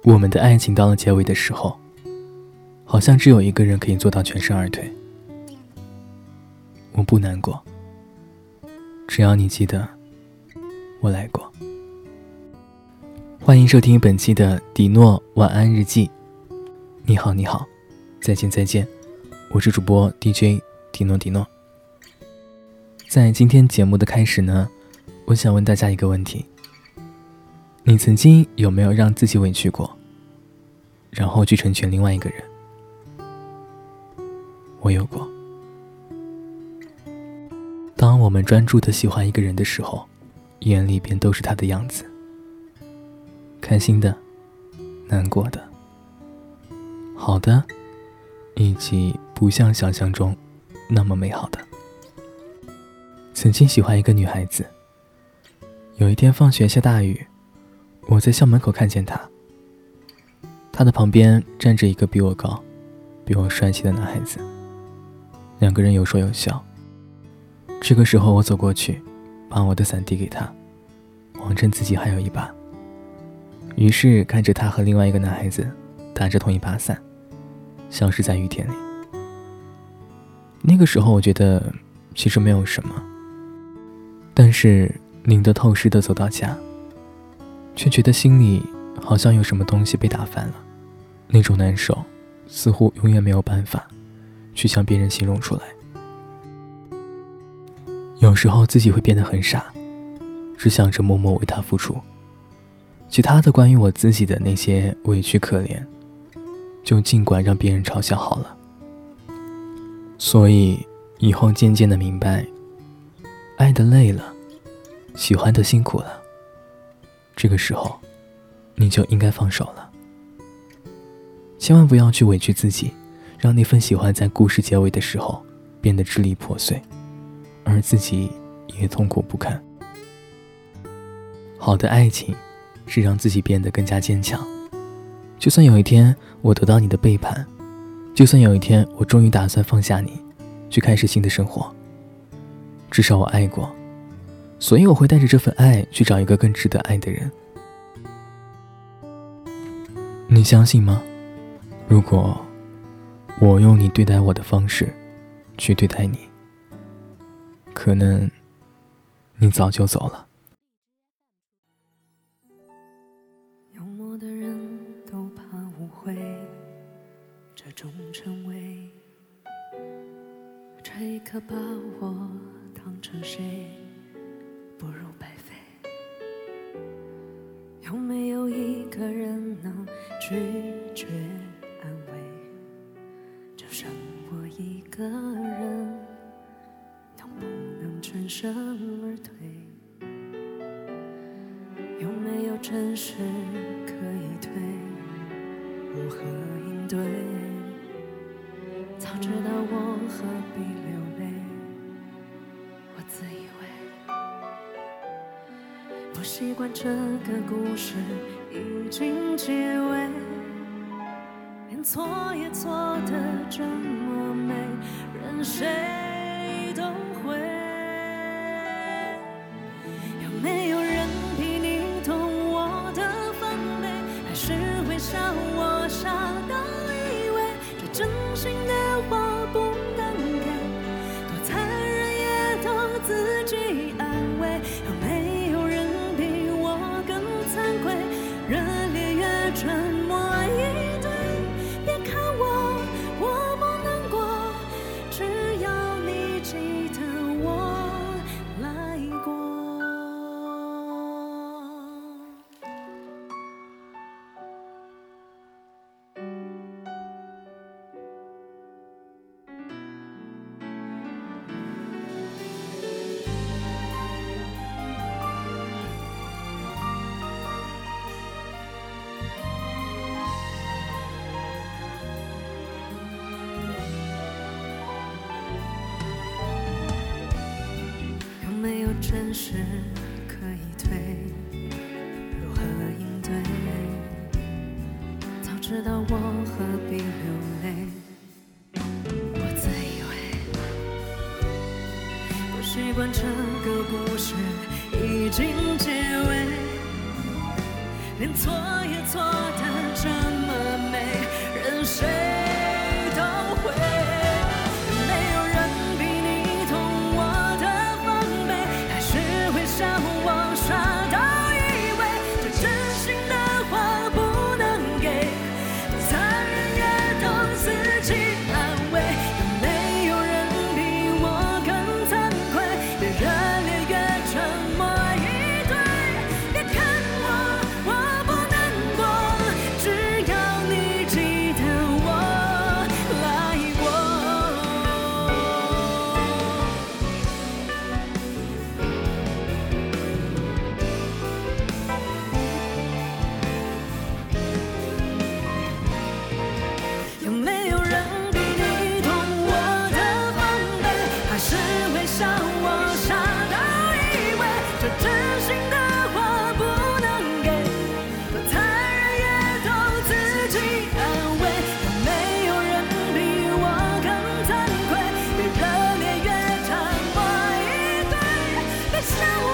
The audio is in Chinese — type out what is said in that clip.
我们的爱情到了结尾的时候，好像只有一个人可以做到全身而退。我不难过，只要你记得我来过。欢迎收听本期的迪诺晚安日记。你好你好，再见再见，我是主播 DJ 迪诺。在今天节目的开始呢，我想问大家一个问题：你曾经有没有让自己委屈过，然后去成全另外一个人？我有过。当我们专注地喜欢一个人的时候，眼里边都是他的样子，开心的，难过的，好的，以及不像想象中那么美好的。曾经喜欢一个女孩子，有一天放学下大雨，我在校门口看见她，她的旁边站着一个比我高、比我帅气的男孩子，两个人有说有笑。这个时候我走过去，把我的伞递给他，谎称自己还有一把。于是看着他和另外一个男孩子打着同一把伞，消失在雨天里。那个时候我觉得其实没有什么，但是淋得透湿的走到家，却觉得心里好像有什么东西被打翻了，那种难受似乎永远没有办法去向别人形容出来。有时候自己会变得很傻，只想着默默为他付出，其他的关于我自己的那些委屈可怜，就尽管让别人嘲笑好了。所以以后渐渐的明白，爱的累了，喜欢的辛苦了，这个时候你就应该放手了。千万不要去委屈自己，让那份喜欢在故事结尾的时候变得支离破碎，而自己也痛苦不堪。好的爱情是让自己变得更加坚强，就算有一天我得到你的背叛，就算有一天我终于打算放下你，去开始新的生活，至少我爱过，所以我会带着这份爱去找一个更值得爱的人。你相信吗？如果我用你对待我的方式去对待你，可能你早就走了。 幽默的人都怕误会，这种称谓，这一刻把我当成谁，不如白费。有没有一个人能拒绝安慰，就剩我一个人，能不能全身而退？有没有真实可以退？如何应对？早知道我何必流泪？我自以为不习惯这个故事已经结尾，连错也错得这么美，任谁都会。有没有人比你懂我的防备？还是会笑我傻到以为这真心的话不能给，多残忍也都自己安慰。有没有人比我更惭愧？热烈越沉默以对，别看我不难过，只要你记得我来过。真实可以退，如何应对？早知道我何必流泪？我自以为不习惯这个故事已经结尾，连错也错的笑